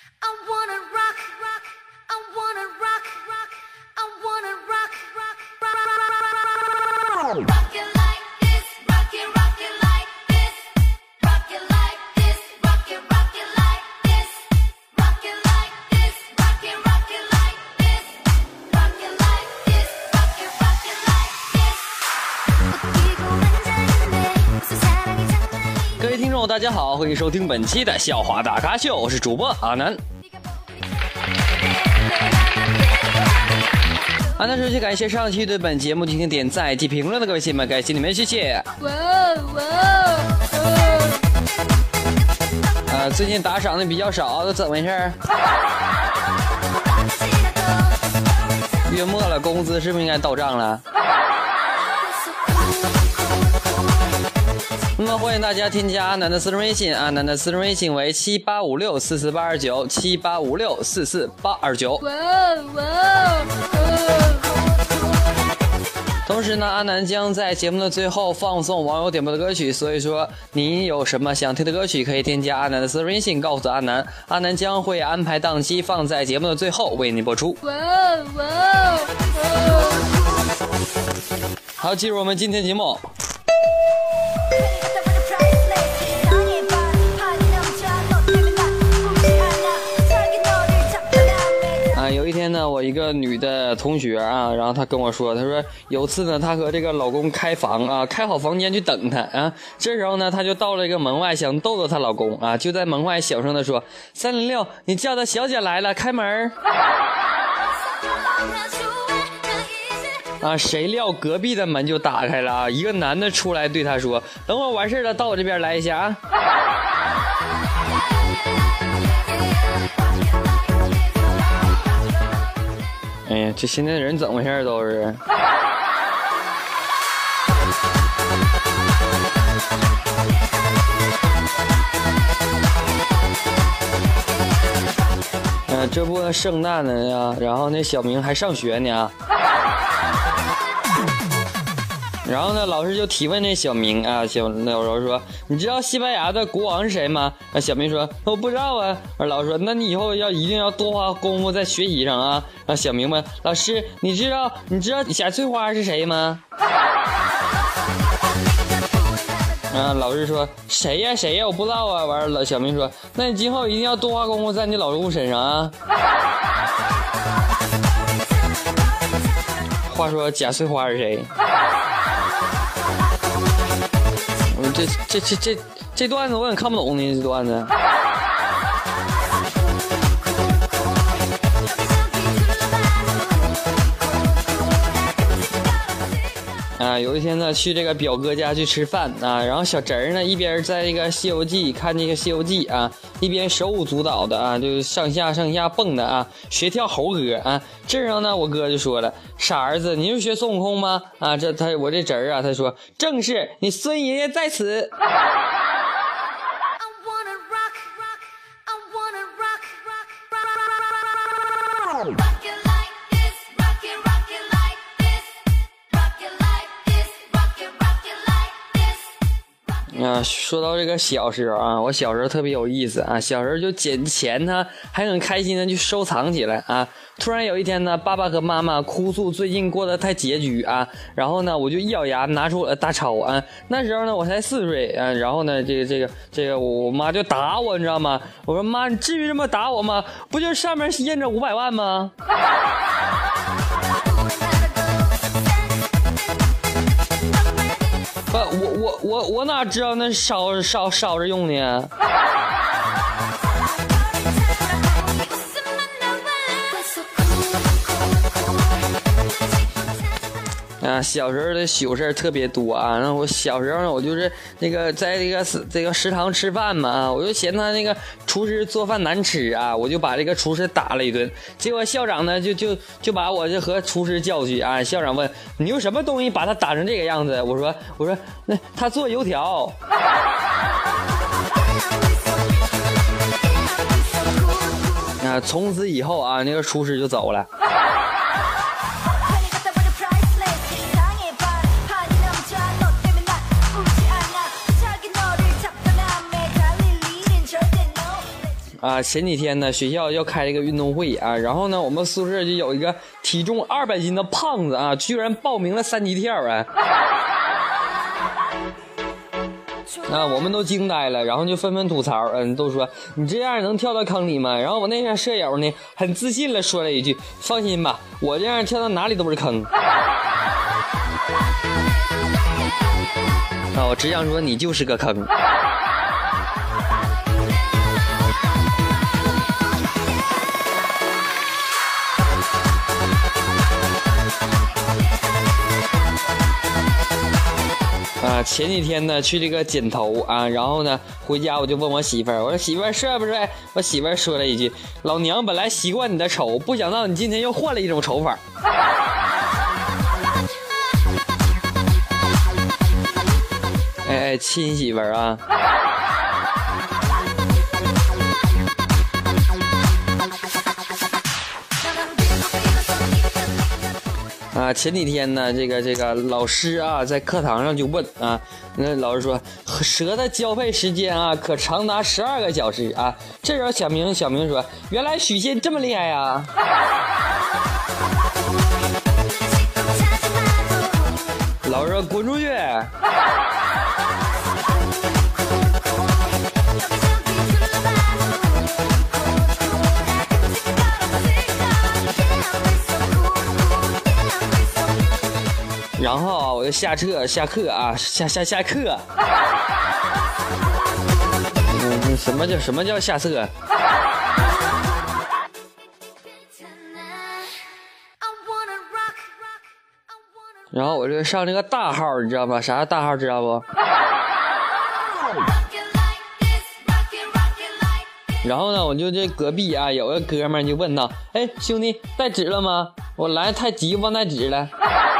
各位听众大家好，欢迎收听本期的笑话大咖秀，我是主播阿南。阿南首先感谢上期对本节目进行点赞及评论的各位亲们，感谢你们，谢谢。最近打赏的比较少，都怎么回事？月末了，工资是不是应该到账了？那么欢迎大家添加阿南的私人微信，阿南的私人微信为7856448829，7856448829。同时呢，阿南将在节目的最后放送网友点播的歌曲，所以说您有什么想听的歌曲，可以添加阿南的私人微信告诉阿南，阿南将会安排档期放在节目的最后为您播出。好，进入我们今天的节目。有一天呢，我一个女的同学啊，然后她跟我说，她说有次呢，她和这个老公开房啊，开好房间去等她啊，这时候呢，她就到了一个门外，想逗逗她老公啊，就在门外小声的说：“306，你叫的小姐来了，开门。”啊，谁料隔壁的门就打开了，一个男的出来对她说：“等我完事了，到我这边来一下啊。”哎呀，这现在人怎么回事都是。这不圣诞呢呀，然后那小明还上学呢。然后呢，老师就提问那小明啊，老师说：“你知道西班牙的国王是谁吗？”小明说：“我不知道啊。”老师说：“那你以后一定要多花功夫在学习上啊。”然后小明问老师：“你知道小翠花是谁吗？”老师说：“谁呀？我不知道啊。”完了，小明说：“那你今后一定要多花功夫在你老公身上啊。”话说贾翠花是谁？这段子我也看不懂呢，这段子。有一天呢，去这个表哥家去吃饭啊，然后小侄儿呢一边在这个《西游记》看这个《西游记》啊，一边手舞足蹈的啊，就上下蹦的啊，学跳猴歌啊。这时候呢，我哥就说了：“傻儿子，你是学孙悟空吗？”啊，我这侄儿啊，他说：“正是，你孙爷爷在此。”说到这个小时候啊，我小时候特别有意思啊，小时候就捡钱呢，还很开心的去收藏起来啊。突然有一天呢，爸爸和妈妈哭诉最近过得太拮据啊，然后呢，我就一咬牙拿出了大钞啊。那时候呢，我才4岁啊，然后呢，这个我妈就打我，你知道吗？我说妈，你至于这么打我吗？不就上面印着500万吗？我哪知道那烧着用呢？小时候的糗事特别多啊。那我小时候呢，我就是那个在这个食堂吃饭嘛，我就嫌他那个厨师做饭难吃啊，我就把这个厨师打了一顿。结果校长呢就把我就和厨师叫去啊。校长问你用什么东西把他打成这个样子？我说那他做油条。从此以后啊，那个厨师就走了。 啊，前几天呢学校要开一个运动会啊，然后呢我们宿舍就有一个体重200斤的胖子啊，居然报名了3级跳啊！啊，我们都惊呆了，然后就纷纷吐槽，都说你这样能跳到坑里吗？然后我那个舍友呢很自信了说了一句：放心吧，我这样跳到哪里都是坑。啊，我只想说你就是个坑。前几天呢去这个剪头啊，然后呢回家我就问我媳妇儿，我说媳妇儿帅不帅？我媳妇儿说了一句：老娘本来习惯你的丑，不想到你今天又换了一种丑法。哎，亲媳妇儿啊。前几天呢，这个老师啊，在课堂上就问啊，那老师说，蛇的交配时间啊，可长达12个小时啊。这时候小明说，原来许仙这么厉害呀！老师说滚出去！然后我就下课啊，下课。什么叫下课？然后我就上这个大号，你知道吗？啥叫大号知道不？然后呢，我就这隔壁啊有个哥们儿就问道：哎，兄弟带纸了吗？我来太急忘带纸了。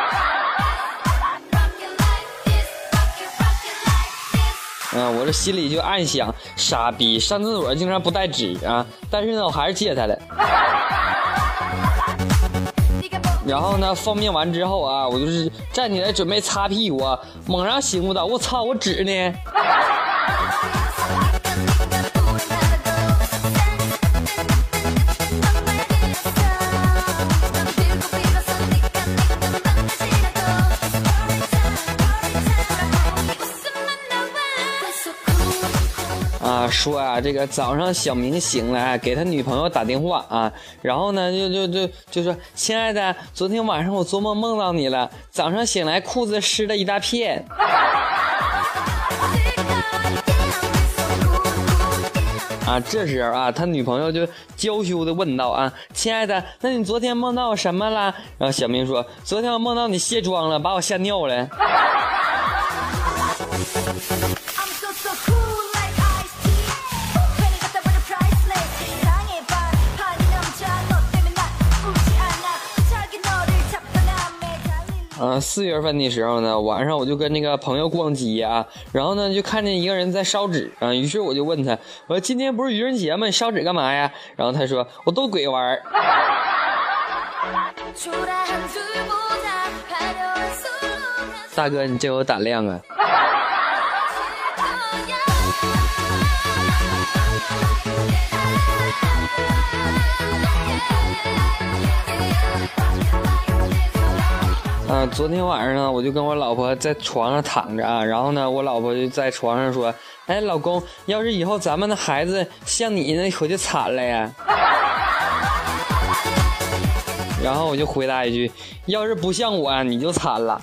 我这心里就暗想，傻逼，上厕所竟然不带纸啊！但是呢，我还是借他了。然后呢，方便完之后啊，我就是站起来准备擦屁股啊，猛然醒悟到，我操，我纸呢？说啊，这个早上小明醒来给他女朋友打电话啊，然后呢就说，亲爱的，昨天晚上我做梦梦到你了，早上醒来裤子湿了一大片。啊，这时候啊，他女朋友就娇羞的问道啊，亲爱的，那你昨天梦到我什么了？然后小明说，昨天我梦到你卸妆了，把我吓尿了。4月份的时候呢，晚上我就跟那个朋友逛街啊，然后呢就看见一个人在烧纸啊，于是我就问他，我说今天不是愚人节吗？你烧纸干嘛呀？然后他说我逗鬼玩。大哥，你真有胆量啊！昨天晚上呢，我就跟我老婆在床上躺着啊，然后呢，我老婆就在床上说：“哎，老公，要是以后咱们的孩子像你那可就惨了呀。”然后我就回答一句：“要是不像我，你就惨了。”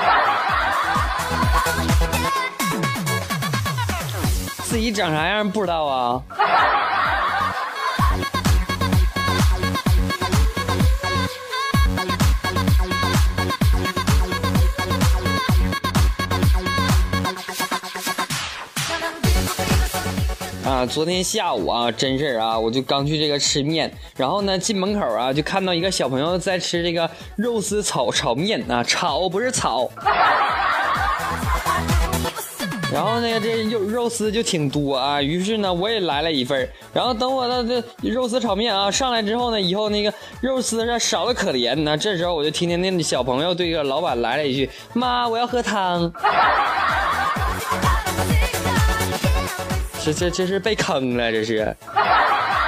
自己长啥样不知道啊？昨天下午啊，真事儿啊，我就刚去这个吃面，然后呢进门口啊，就看到一个小朋友在吃这个肉丝炒面啊，炒不是炒。然后呢这肉丝就挺多啊，于是呢我也来了一份，然后等我的这肉丝炒面啊上来之后呢，以后那个肉丝上少的可怜呢，这时候我就听见那小朋友对这个老板来了一句：“妈，我要喝汤。”这是被坑了，这是。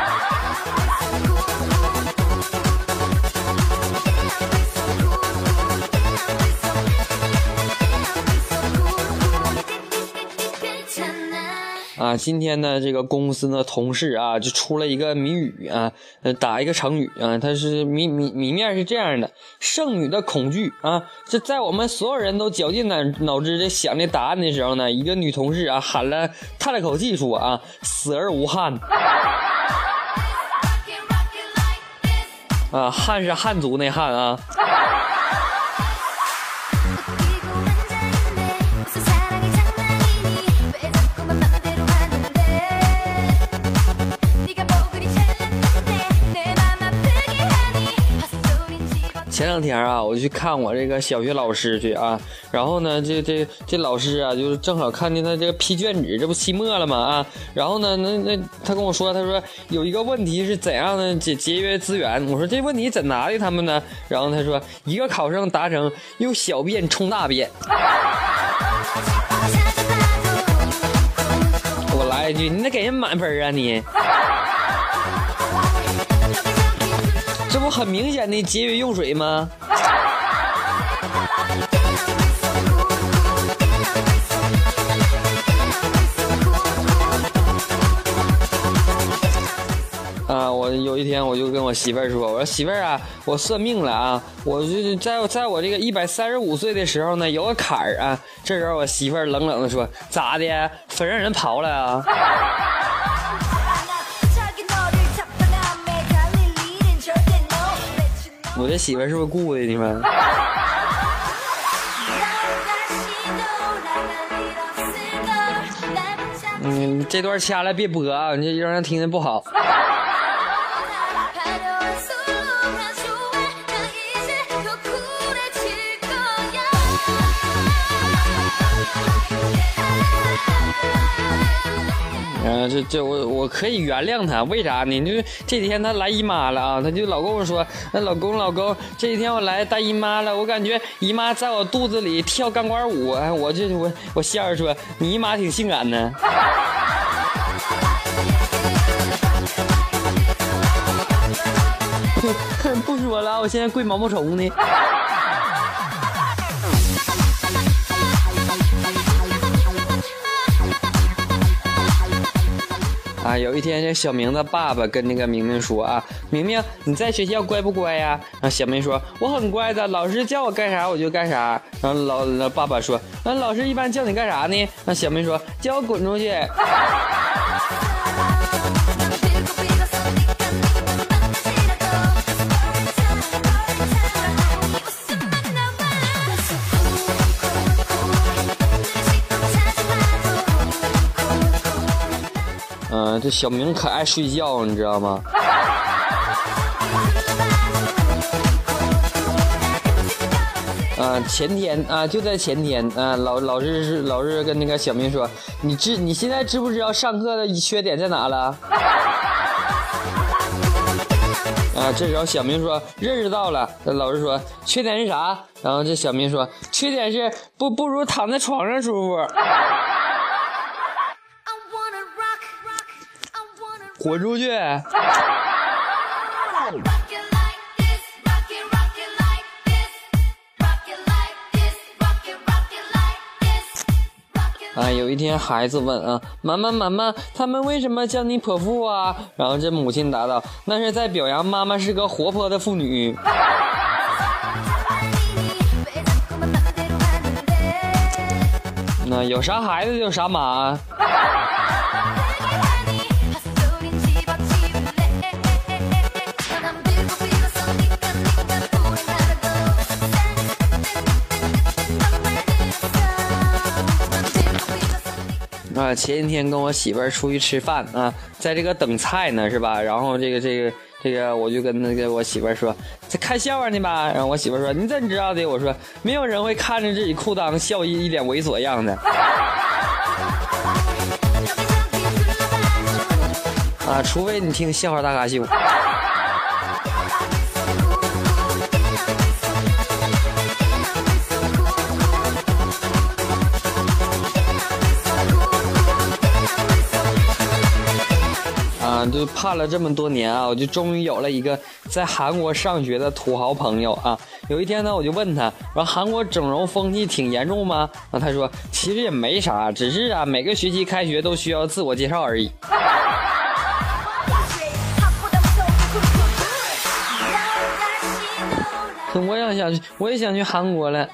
啊，今天呢这个公司呢同事啊就出了一个谜语啊，打一个成语啊，它是谜面是这样的：剩女的恐惧啊，这在我们所有人都绞尽脑汁的想这答案的时候呢，一个女同事啊叹了口气说啊，死而无憾。啊，汉是汉族那汉啊。前两天啊，我去看我这个小学老师去啊，然后呢，这老师啊，就是正好看见他这个批卷纸，这不期末了嘛啊，然后呢，那他跟我说，他说有一个问题是怎样的节约资源，我说这问题怎拿的他们呢？然后他说一个考生达成用小便冲大便。我来一句，你得给人满分啊你！这不很明显的节约用水吗？我有一天我就跟我媳妇儿说，我说媳妇儿啊，我算命了啊，我就在我这个135岁的时候呢，有个坎儿啊。这时候我媳妇儿冷冷的说，咋的，坟让人刨了啊？我这媳妇是不是雇的你们？这段掐了别播啊，你这让人听得不好。我可以原谅他，为啥呢？就是这几天他来姨妈了啊，他就老跟我说，那老公，这几天我来大姨妈了，我感觉姨妈在我肚子里跳钢管舞，我笑着说，你姨妈挺性感的。不说了，我现在跪毛毛虫呢。啊，有一天这小明的爸爸跟那个明明说啊，明明你在学校乖不乖呀？然后小明说我很乖的，老师叫我干啥我就干啥。然后老爸爸说，那老师一般叫你干啥呢？那小明说叫我滚出去。这小明可爱睡觉，你知道吗？前天啊，就在前天啊，老师跟那个小明说，你现在知不知道上课的缺点在哪了？啊，这时候小明说认识到了，老师说缺点是啥？然后这小明说缺点是不如躺在床上舒服。滚出去！有一天孩子问啊，妈妈，他们为什么叫你泼妇啊？然后这母亲答道，那是在表扬妈妈是个活泼的妇女。那有啥孩子就有啥妈。前几天跟我媳妇儿出去吃饭啊，在这个等菜呢是吧？然后这个我就跟那个我媳妇儿说，在看笑话呢吧？然后我媳妇儿说，你怎么知道的？我说没有人会看着自己裤裆笑一脸猥琐样的。啊，除非你听笑话大咖秀。 就盼了这么多年啊，我就终于有了一个在韩国上学的土豪朋友啊。有一天呢，我就问他，说韩国整容风气挺严重吗？然后他说其实也没啥，只是啊每个学期开学都需要自我介绍而已。我也想去韩国了。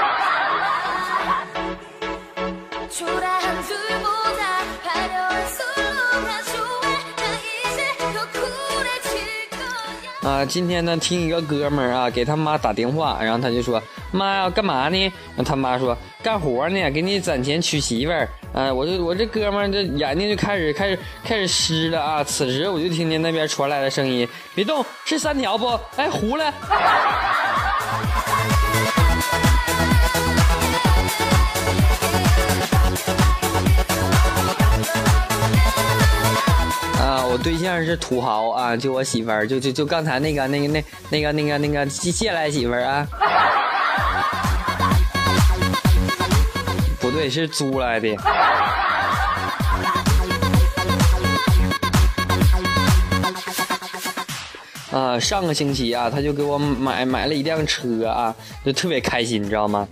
今天呢，听一个哥们儿啊给他妈打电话，然后他就说：“妈呀，干嘛呢？”然后他妈说：“干活呢，给你攒钱娶媳妇儿。”我这哥们儿这眼睛就开始湿了啊！此时我就听见那边传来的声音：“别动，是3条不？哎，糊了。”我对象是土豪啊，就我媳妇儿，就刚才那个借来媳妇儿啊，不对，是租来的。上个星期啊，他就给我买了一辆车啊，就特别开心，你知道吗？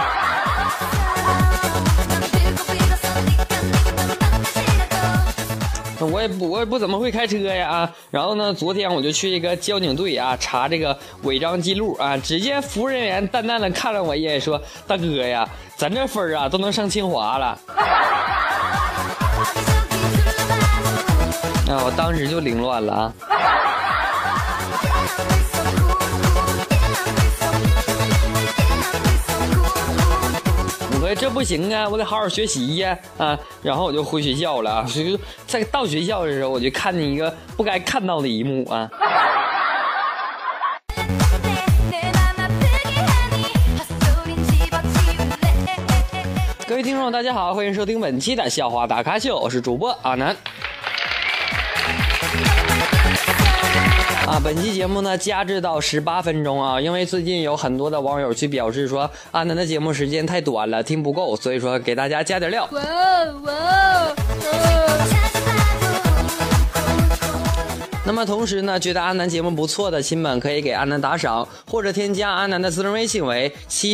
我也不怎么会开车呀啊！然后呢，昨天我就去一个交警队啊查这个违章记录啊，只见服务人员淡淡的看了我一眼，说：“大哥呀，咱这分啊都能上清华了。”我当时就凌乱了啊！这不行啊，我得好好学习呀啊！然后我就回学校了啊。在到学校的时候，我就看见一个不该看到的一幕啊。各位听众，大家好，欢迎收听本期的笑话大咖秀，我是主播阿南。本期节目呢加制到18分钟啊，因为最近有很多的网友去表示说阿南的节目时间太短了，听不够，所以说给大家加点料。那么同时呢，觉得阿南节目不错的亲们可以给阿南打赏，或者添加阿南的私人微信为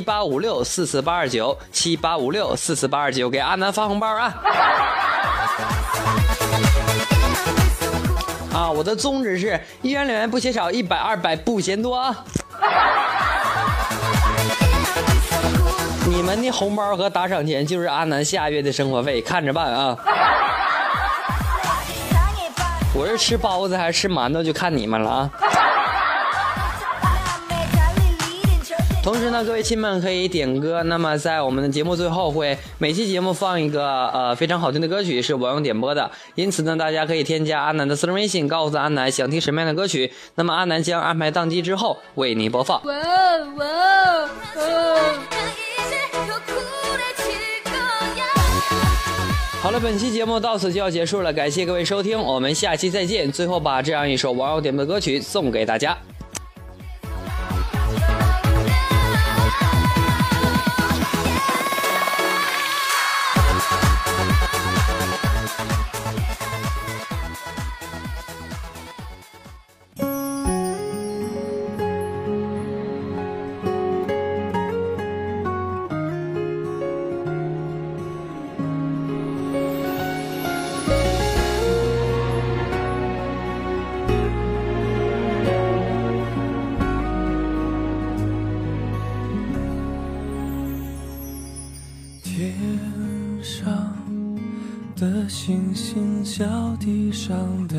7856448829，7856448829，给阿南发红包啊！我的宗旨是1元2元不嫌少，100、200不嫌多啊！你们的红包和打赏钱就是阿南下月的生活费，看着办啊！我是吃包子还是吃馒头就看你们了啊！同时呢，各位亲们可以点歌，那么在我们的节目最后会每期节目放一个非常好听的歌曲，是网友点播的，因此呢，大家可以添加阿南的私人微信，告诉阿南想听什么样的歌曲，那么阿南将安排档期之后为你播放。好了，本期节目到此就要结束了，感谢各位收听，我们下期再见。最后把这样一首网友点播的歌曲送给大家。 天上的星星，小地上的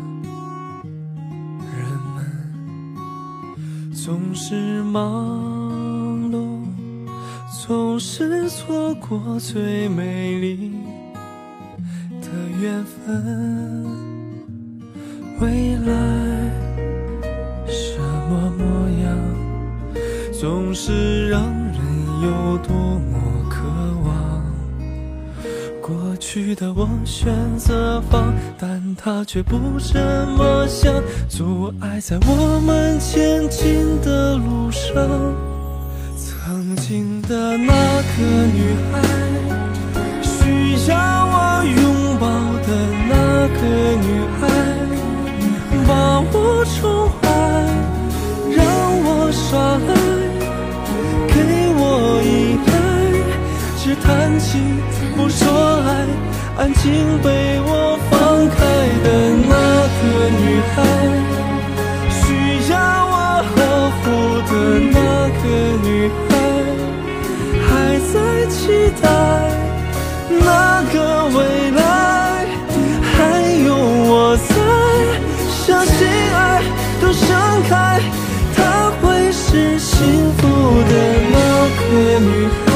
人们，总是忙碌，总是错过最美丽的缘分。未来什么模样，总是让人有多么渴望。过去的我选择放，但它却不这么想，阻碍在我们前进的路上。曾经的那个女孩，需要我拥抱的那个女孩， 我宠坏，让我耍赖，给我依赖，只弹琴不说爱，安静被我放开的那个女孩，需要我呵护的那个女孩，还在期待那个未来，还有我在相信爱都盛开，她会是幸福的那个女孩。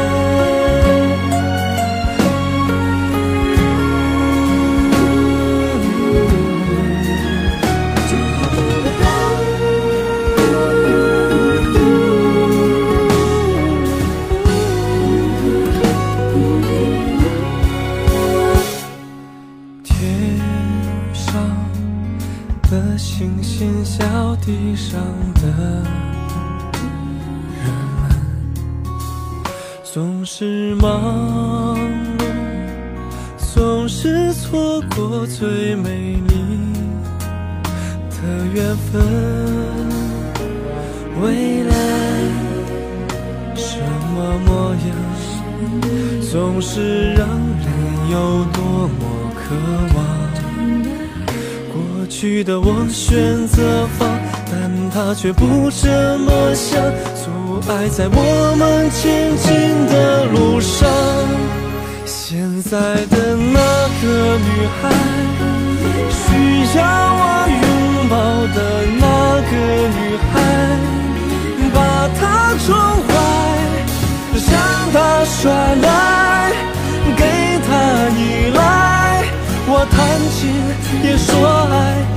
的星星，小地上的人们，总是忙碌，总是错过最美丽的缘分。未来什么模样，总是让人有多么渴望。过去的我选择放，但他却不这么想，阻碍在我们前进的路上。现在的那个女孩，需要我拥抱的那个女孩，把她宠坏，让她耍赖，给她依赖，我弹琴也说爱，